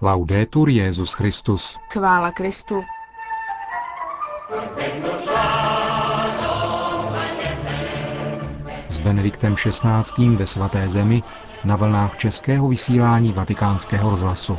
Laudetur Jesus Christus. Chvála Kristu. S Benediktem XVI. Ve svaté zemi na vlnách českého vysílání Vatikánského rozhlasu.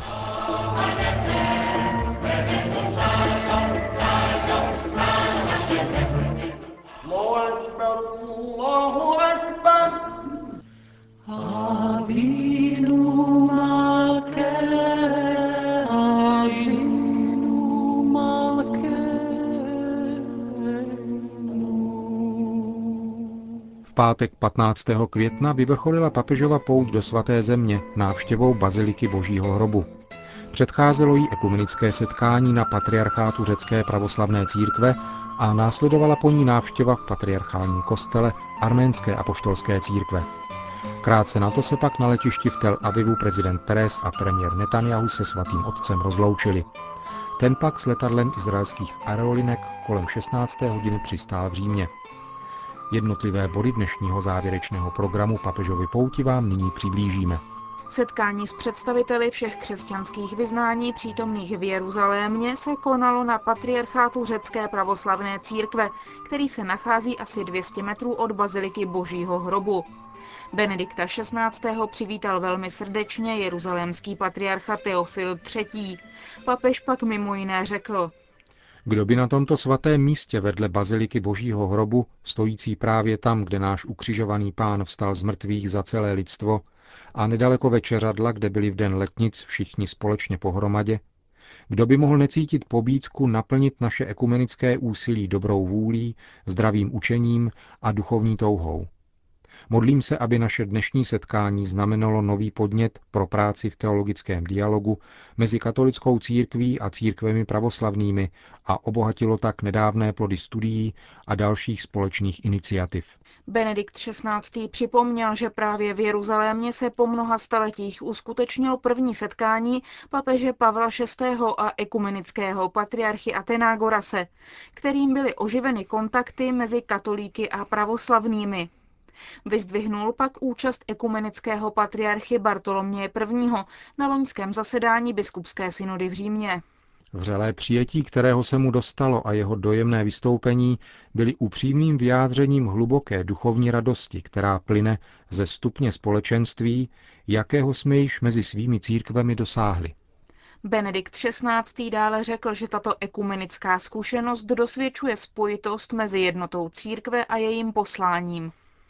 V pátek 15. května vyvrcholila papežova pouť do svaté země návštěvou baziliky Božího hrobu. Předcházelo jí ekumenické setkání na patriarchátu Řecké pravoslavné církve a následovala po ní návštěva v patriarchálním kostele Arménské apoštolské církve. Krátce na to se pak na letišti v Tel Avivu prezident Pérez a premiér Netanjahu se svatým otcem rozloučili. Ten pak s letadlem izraelských aerolinek kolem 16. hodiny přistál v Římě. Jednotlivé body dnešního závěrečného programu papežovy pouti vám nyní přiblížíme. Setkání s představiteli všech křesťanských vyznání přítomných v Jeruzalémě se konalo na patriarchátu Řecké pravoslavné církve, který se nachází asi 200 metrů od baziliky Božího hrobu. Benedikta XVI. Přivítal velmi srdečně jeruzalémský patriarcha Teofil III. Papež pak mimo jiné řekl: Kdo by na tomto svatém místě vedle baziliky Božího hrobu, stojící právě tam, kde náš ukřižovaný Pán vstal z mrtvých za celé lidstvo, a nedaleko večeřadla, kde byli v den letnic všichni společně pohromadě, kdo by mohl necítit pobídku naplnit naše ekumenické úsilí dobrou vůlí, zdravým učením a duchovní touhou. Modlím se, aby naše dnešní setkání znamenalo nový podnět pro práci v teologickém dialogu mezi katolickou církví a církvemi pravoslavnými a obohatilo tak nedávné plody studií a dalších společných iniciativ. Benedikt XVI. Připomněl, že právě v Jeruzalémě se po mnoha staletích uskutečnilo první setkání papeže Pavla VI. A ekumenického patriarchy Athenágorase, kterým byly oživeny kontakty mezi katolíky a pravoslavnými. Vyzdvihnul pak účast ekumenického patriarchy Bartoloměje I. na loňském zasedání biskupské synody v Římě. Vřelé přijetí, kterého se mu dostalo, a jeho dojemné vystoupení byly upřímným vyjádřením hluboké duchovní radosti, která plyne ze stupně společenství, jakého jsme již mezi svými církvemi dosáhli. Benedikt XVI. Dále řekl, že tato ekumenická zkušenost dosvědčuje spojitost mezi jednotou církve a jejím posláním.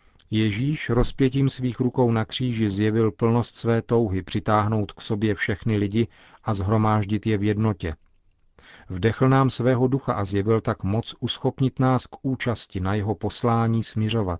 Ježíš rozpětím svých rukou na kříži zjevil plnost své touhy přitáhnout k sobě všechny lidi a shromáždit je v jednotě. Vdechl nám svého ducha a zjevil tak moc uschopnit nás k účasti na jeho poslání smiřovat.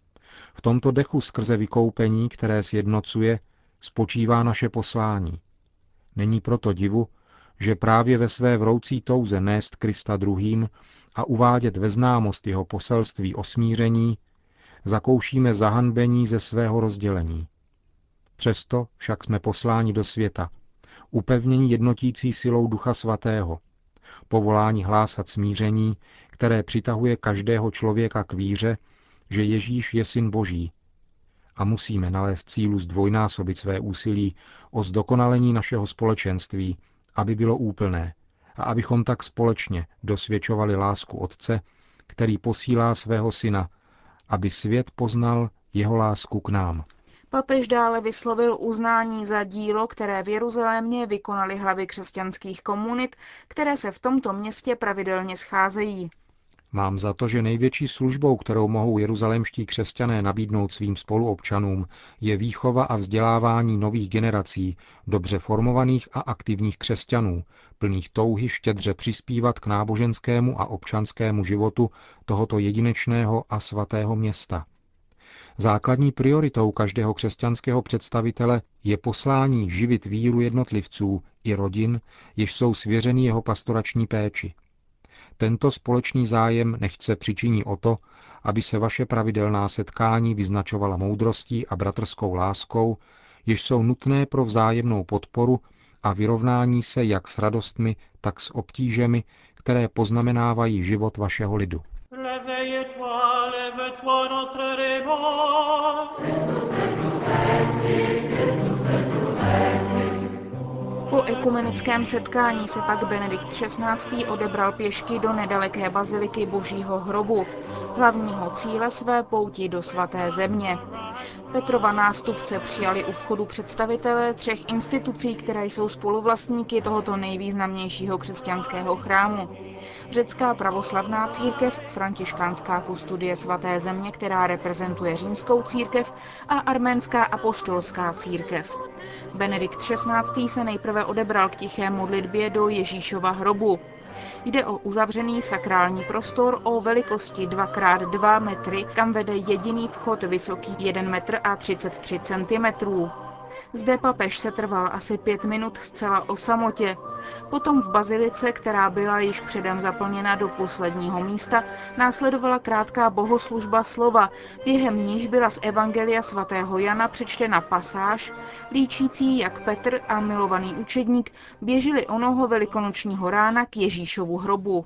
V tomto dechu skrze vykoupení, které sjednocuje, spočívá naše poslání. Není proto divu, že právě ve své vroucí touze nést Krista druhým a uvádět ve známost jeho poselství o smíření, zakoušíme zahanbení ze svého rozdělení. Přesto však jsme posláni do světa, upevnění jednotící silou Ducha Svatého, povolání hlásat smíření, které přitahuje každého člověka k víře, že Ježíš je Syn Boží. A musíme nalézt sílu zdvojnásobit své úsilí o zdokonalení našeho společenství, aby bylo úplné, a abychom tak společně dosvědčovali lásku Otce, který posílá svého Syna, aby svět poznal jeho lásku k nám. Papež dále vyslovil uznání za dílo, které v Jeruzalémě vykonaly hlavy křesťanských komunit, které se v tomto městě pravidelně scházejí. Mám za to, že největší službou, kterou mohou jeruzalémští křesťané nabídnout svým spoluobčanům, je výchova a vzdělávání nových generací, dobře formovaných a aktivních křesťanů, plných touhy štědře přispívat k náboženskému a občanskému životu tohoto jedinečného a svatého města. Základní prioritou každého křesťanského představitele je poslání živit víru jednotlivců i rodin, jež jsou svěřeny jeho pastorační péči. Tento společný zájem nechť se přičiní o to, aby se vaše pravidelná setkání vyznačovala moudrostí a bratrskou láskou, jež jsou nutné pro vzájemnou podporu a vyrovnání se jak s radostmi, tak s obtížemi, které poznamenávají život vašeho lidu. Po ekumenickém setkání se pak Benedikt XVI. Odebral pěšky do nedaleké baziliky Božího hrobu, hlavního cíle své pouti do svaté země. Petrova nástupce přijali u vchodu představitelé 3 institucí, které jsou spoluvlastníky tohoto nejvýznamnějšího křesťanského chrámu. Řecká pravoslavná církev, františkánská kustodie svaté země, která reprezentuje římskou církev, a arménská apoštolská církev. Benedikt XVI. Se nejprve odebral k tiché modlitbě do Ježíšova hrobu. Jde o uzavřený sakrální prostor o velikosti 2x2 metry, kam vede jediný vchod vysoký 1 metr a 33 centimetrů. Zde papež setrval asi 5 minut zcela o samotě. Potom v bazilice, která byla již předem zaplněna do posledního místa, následovala krátká bohoslužba slova, během níž byla z Evangelia svatého Jana přečtena pasáž, líčící, jak Petr a milovaný učedník běželi onoho velikonočního rána k Ježíšovu hrobu.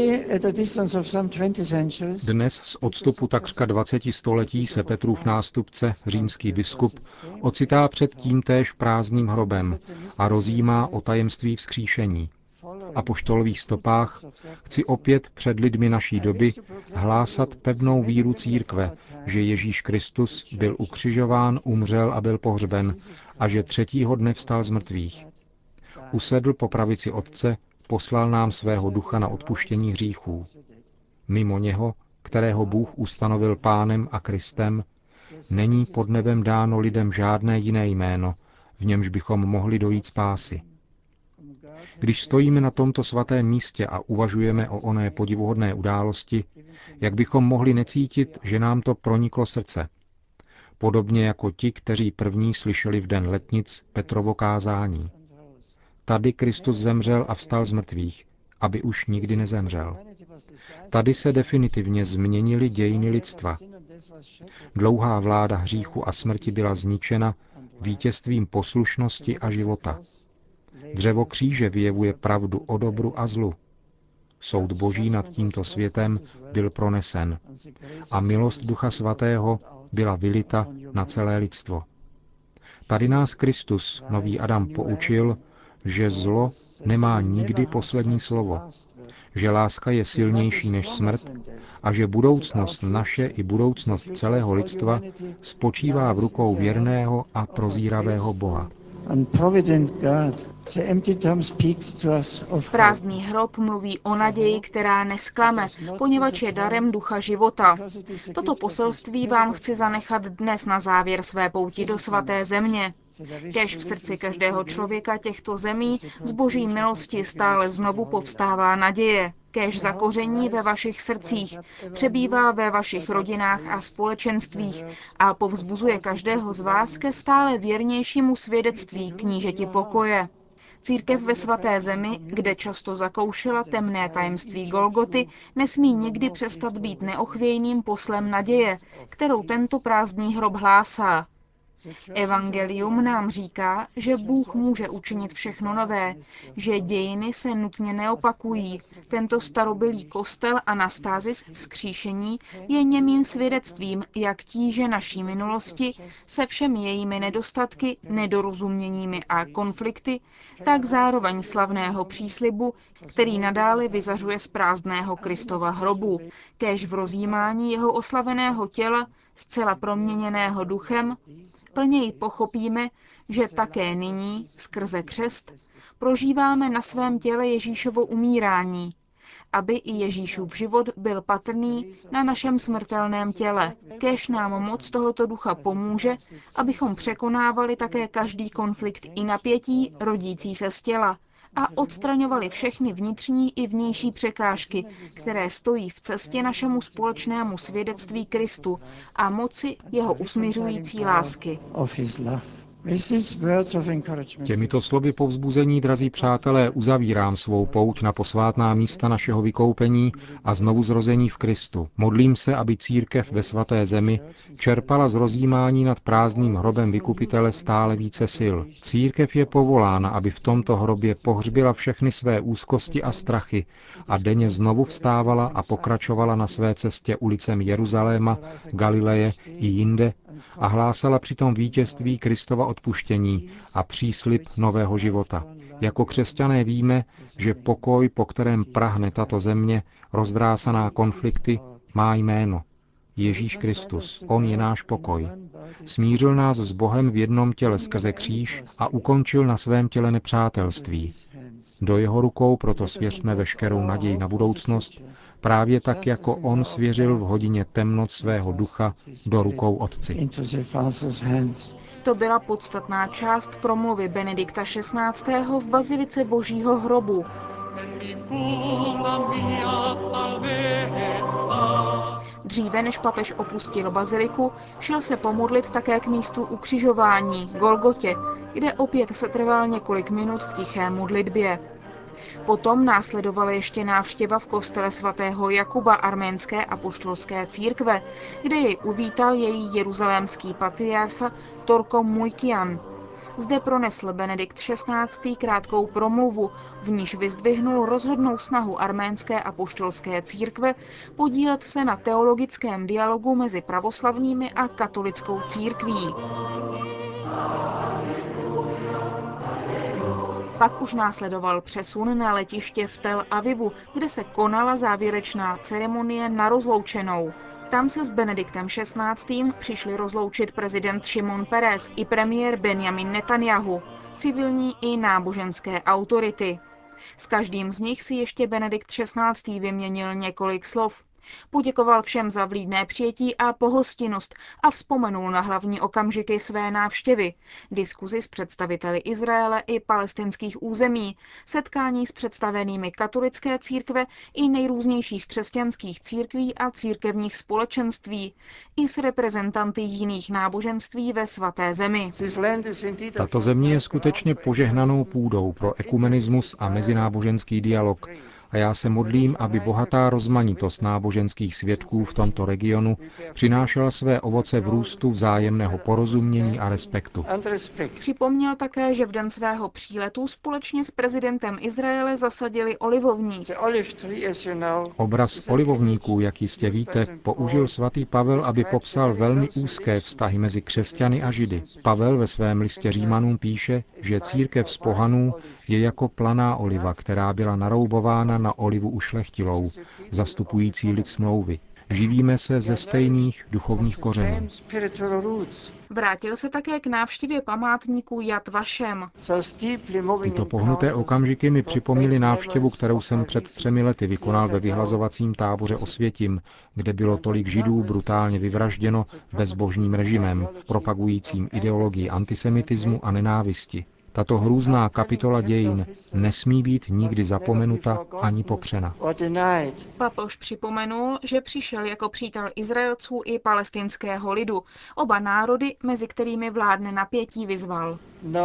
Dnes z odstupu takřka 20 století se Petrův nástupce, římský biskup, ocitá před tímtéž prázdným hrobem a rozjímá o tajemství vzkříšení. V apoštolových stopách chci opět před lidmi naší doby hlásat pevnou víru církve, že Ježíš Kristus byl ukřižován, umřel a byl pohřben a že 3. dne vstal z mrtvých. Usedl po pravici Otce, poslal nám svého ducha na odpuštění hříchů. Mimo něho, kterého Bůh ustanovil Pánem a Kristem, není pod nebem dáno lidem žádné jiné jméno, v němž bychom mohli dojít spásy. Když stojíme na tomto svatém místě a uvažujeme o oné podivuhodné události, jak bychom mohli necítit, že nám to proniklo srdce. Podobně jako ti, kteří první slyšeli v den letnic Petrovo kázání. Tady Kristus zemřel a vstal z mrtvých, aby už nikdy nezemřel. Tady se definitivně změnily dějiny lidstva. Dlouhá vláda hříchu a smrti byla zničena vítězstvím poslušnosti a života. Dřevo kříže vyjevuje pravdu o dobru a zlu. Soud Boží nad tímto světem byl pronesen a milost Ducha Svatého byla vylita na celé lidstvo. Tady nás Kristus, nový Adam, poučil, že zlo nemá nikdy poslední slovo, že láska je silnější než smrt a že budoucnost naše i budoucnost celého lidstva spočívá v rukou věrného a prozíravého Boha. Prázdný hrob mluví o naději, která nesklame, poněvadž je darem ducha života. Toto poselství vám chci zanechat dnes na závěr své pouti do svaté země. Kéž v srdci každého člověka těchto zemí z Boží milosti stále znovu povstává naděje. Kéž zakoření ve vašich srdcích, přebývá ve vašich rodinách a společenstvích a povzbuzuje každého z vás ke stále věrnějšímu svědectví knížeti pokoje. Církev ve svaté zemi, kde často zakoušela temné tajemství Golgoty, nesmí nikdy přestat být neochvějným poslem naděje, kterou tento prázdný hrob hlásá. Evangelium nám říká, že Bůh může učinit všechno nové, že dějiny se nutně neopakují. Tento starobylý kostel Anastázis vzkříšení je němým svědectvím, jak tíže naší minulosti se všemi jejími nedostatky, nedorozuměními a konflikty, tak zároveň slavného příslibu, který nadále vyzařuje z prázdného Kristova hrobu, kéž v rozjímání jeho oslaveného těla, zcela proměněného duchem, plněji pochopíme, že také nyní, skrze křest, prožíváme na svém těle Ježíšovo umírání, aby i Ježíšův život byl patrný na našem smrtelném těle. Kéž nám moc tohoto ducha pomůže, abychom překonávali také každý konflikt i napětí rodící se z těla a odstraňovali všechny vnitřní i vnější překážky, které stojí v cestě našemu společnému svědectví Kristu a moci jeho usmiřující lásky. Těmito slovy povzbuzení, drazí přátelé, uzavírám svou pouť na posvátná místa našeho vykoupení a znovuzrození v Kristu. Modlím se, aby církev ve svaté zemi čerpala z rozjímání nad prázdným hrobem vykupitele stále více sil. Církev je povolána, aby v tomto hrobě pohřbila všechny své úzkosti a strachy a denně znovu vstávala a pokračovala na své cestě ulicemi Jeruzaléma, Galileje i jinde a hlásala přitom vítězství Kristova odpuštění a příslib nového života. Jako křesťané víme, že pokoj, po kterém prahne tato země, rozdrásaná konflikty, má jméno. Ježíš Kristus, on je náš pokoj. Smířil nás s Bohem v jednom těle skrze kříž a ukončil na svém těle nepřátelství. Do jeho rukou proto svěřme veškerou naději na budoucnost, právě tak, jako on svěřil v hodině temnot svého ducha do rukou Otci. To byla podstatná část promluvy Benedikta XVI. V bazilice Božího hrobu. Dříve než papež opustil baziliku, šel se pomodlit také k místu ukřižování, Golgotě, kde opět setrval několik minut v tiché modlitbě. Potom následovala ještě návštěva v kostele svatého Jakuba arménské apoštolské církve, kde jej uvítal její jeruzalémský patriarcha Torko Mujkian. Zde pronesl Benedikt XVI. Krátkou promluvu, v níž vyzdvihnul rozhodnou snahu arménské apoštolské církve podílet se na teologickém dialogu mezi pravoslavnými a katolickou církví. Pak už následoval přesun na letiště v Tel Avivu, kde se konala závěrečná ceremonie na rozloučenou. Tam se s Benediktem XVI. Přišli rozloučit prezident Šimon Peres i premiér Benjamin Netanjahu, civilní i náboženské autority. S každým z nich si ještě Benedikt XVI. Vyměnil několik slov. Poděkoval všem za vlídné přijetí a pohostinnost a vzpomenul na hlavní okamžiky své návštěvy, diskuzi s představiteli Izraele i palestinských území, setkání s představenými katolické církve i nejrůznějších křesťanských církví a církevních společenství, i s reprezentanty jiných náboženství ve svaté zemi. Tato země je skutečně požehnanou půdou pro ekumenismus a mezináboženský dialog, a já se modlím, aby bohatá rozmanitost náboženských svědků v tomto regionu přinášela své ovoce v růstu vzájemného porozumění a respektu. Připomněl také, že v den svého příletu společně s prezidentem Izraele zasadili olivovník. Obraz olivovníků, jak jistě víte, použil svatý Pavel, aby popsal velmi úzké vztahy mezi křesťany a Židy. Pavel ve svém listě Římanům píše, že církev z pohanů je jako planá oliva, která byla naroubována na olivu ušlechtilou, zastupující lid smlouvy. Živíme se ze stejných duchovních kořenů. Vrátil se také k návštěvě památníků Yad Vashem. Tyto pohnuté okamžiky mi připomněly návštěvu, kterou jsem před 3 lety vykonal ve vyhlazovacím táboře Osvětim, kde bylo tolik Židů brutálně vyvražděno bezbožným režimem, propagujícím ideologii antisemitismu a nenávisti. Tato hrůzná kapitola dějin nesmí být nikdy zapomenuta ani popřena. Papež připomenul, že přišel jako přítel Izraelců i palestinského lidu. Oba národy, mezi kterými vládne napětí, vyzval.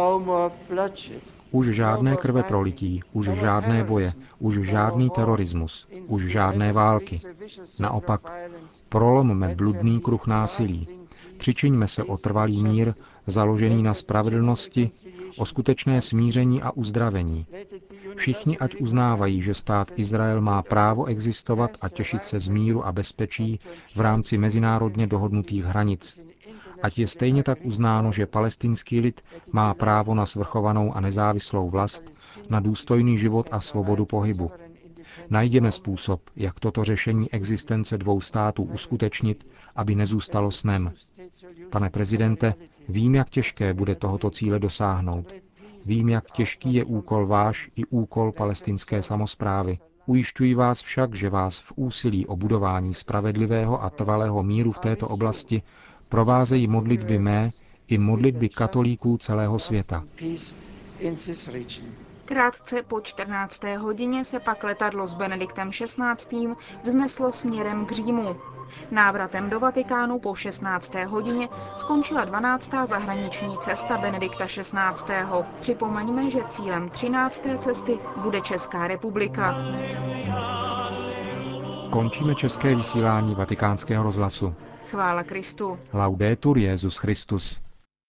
Už žádné krveprolití, už žádné boje, už žádný terorismus, už žádné války. Naopak, prolomme bludný kruh násilí. Přičiňme se o trvalý mír, založený na spravedlnosti, o skutečné smíření a uzdravení. Všichni ať uznávají, že stát Izrael má právo existovat a těšit se z míru a bezpečí v rámci mezinárodně dohodnutých hranic. Ať je stejně tak uznáno, že palestinský lid má právo na svrchovanou a nezávislou vlast, na důstojný život a svobodu pohybu. Najděme způsob, jak toto řešení existence 2 států uskutečnit, aby nezůstalo snem. Pane prezidente, vím, jak těžké bude tohoto cíle dosáhnout. Vím, jak těžký je úkol váš i úkol palestinské samosprávy. Ujišťuji vás však, že vás v úsilí o budování spravedlivého a trvalého míru v této oblasti provázejí modlitby mé i modlitby katolíků celého světa. Krátce po 14. hodině se pak letadlo s Benediktem XVI. Vzneslo směrem k Římu. Návratem do Vatikánu po 16. hodině skončila 12. zahraniční cesta Benedikta XVI. Připomeňme, že cílem 13. cesty bude Česká republika. Končíme české vysílání Vatikánského rozhlasu. Chvála Kristu. Laudetur Jesus Christus.